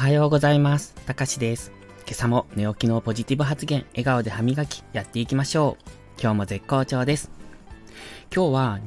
はようございます。たかしです。今朝も寝起きのポジティブ発言、笑顔で歯磨きやっていきましょう。今日も絶好調です。今日は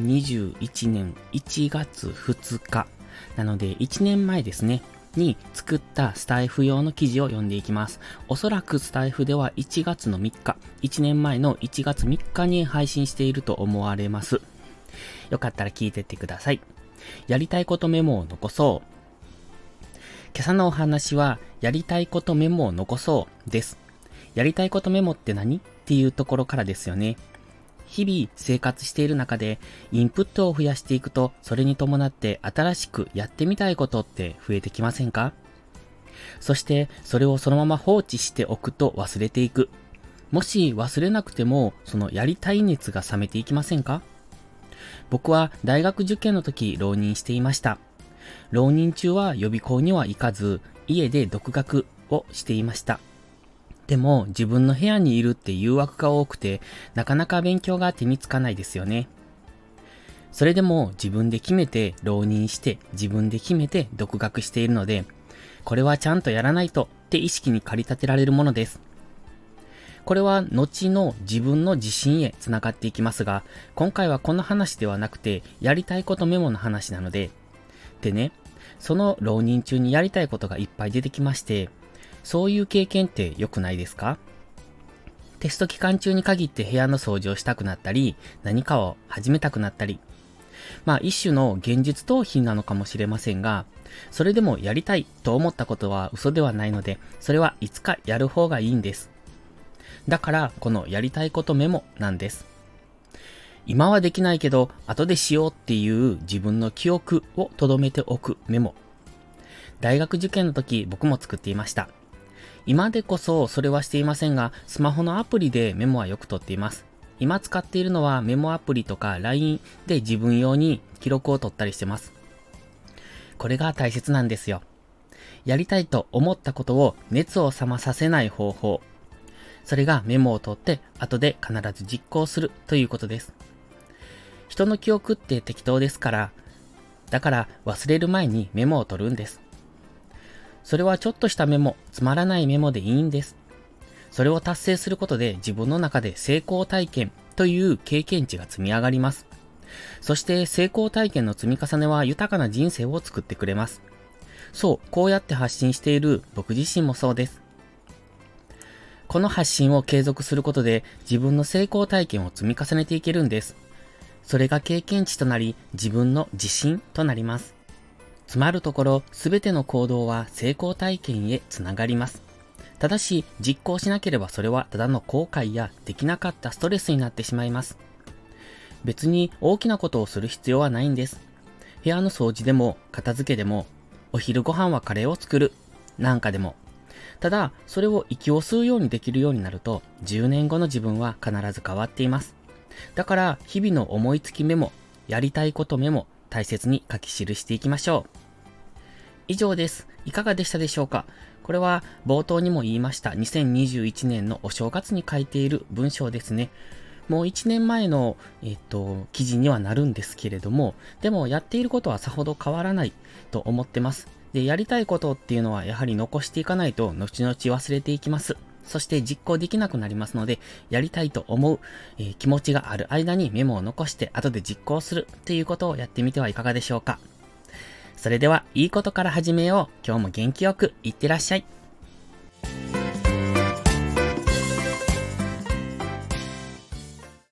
2021年1月2日なので1年前ですねに作ったスタイフ用の記事を読んでいきます。おそらくスタイフでは1月の3日、1年前の1月3日に配信していると思われます。よかったら聞いてってください。やりたいことメモを残そう。今朝のお話は、やりたいことメモを残そうです。やりたいことメモって何っていうところからですよね。日々生活している中で、インプットを増やしていくと、それに伴って新しくやってみたいことって増えてきませんか？そして、それをそのまま放置しておくと忘れていく。もし忘れなくても、そのやりたい熱が冷めていきませんか？僕は大学受験の時、浪人していました。浪人中は予備校には行かず、家で独学をしていました。でも自分の部屋にいるって誘惑が多くて、なかなか勉強が手につかないですよね。それでも自分で決めて浪人して自分で決めて独学しているので、これはちゃんとやらないとって意識に駆り立てられるものです。これは後の自分の自信へつながっていきますが、今回はこの話ではなくて、やりたいことメモの話なので、でね、その浪人中にやりたいことがいっぱい出てきまして、そういう経験って良くないですか？テスト期間中に限って部屋の掃除をしたくなったり、何かを始めたくなったり、一種の現実逃避なのかもしれませんが、それでもやりたいと思ったことは嘘ではないので、それはいつかやる方がいいんです。だからこのやりたいことメモなんです。今はできないけど後でしようっていう自分の記憶を留めておくメモ。大学受験の時僕も作っていました。今でこそそれはしていませんが、スマホのアプリでメモはよく取っています。今使っているのはメモアプリとか LINE で自分用に記録を取ったりしてます。これが大切なんですよ。やりたいと思ったことを熱を冷まさせない方法。それがメモを取って後で必ず実行するということです。人の記憶って適当ですから、だから忘れる前にメモを取るんです。それはちょっとしたメモ、つまらないメモでいいんです。それを達成することで自分の中で成功体験という経験値が積み上がります。そして成功体験の積み重ねは豊かな人生を作ってくれます。そう、こうやって発信している僕自身もそうです。この発信を継続することで自分の成功体験を積み重ねていけるんです。それが経験値となり、自分の自信となります。つまるところ、すべての行動は成功体験へつながります。ただし、実行しなければそれはただの後悔やできなかったストレスになってしまいます。別に大きなことをする必要はないんです。部屋の掃除でも、片付けでも、お昼ご飯はカレーを作る、なんかでも。ただ、それを息を吸うようにできるようになると、10年後の自分は必ず変わっています。だから、日々の思いつきメモ、やりたいことメモ、大切に書き記していきましょう。以上です。いかがでしたでしょうか？これは冒頭にも言いました2021年のお正月に書いている文章ですね。もう1年前の、記事にはなるんですけれども、でもやっていることはさほど変わらないと思ってます。で、やりたいことっていうのはやはり残していかないと後々忘れていきます。そして実行できなくなりますので、やりたいと思う、気持ちがある間にメモを残して後で実行するっていうことをやってみてはいかがでしょうか。それでは、いいことから始めよう。今日も元気よくいってらっしゃい。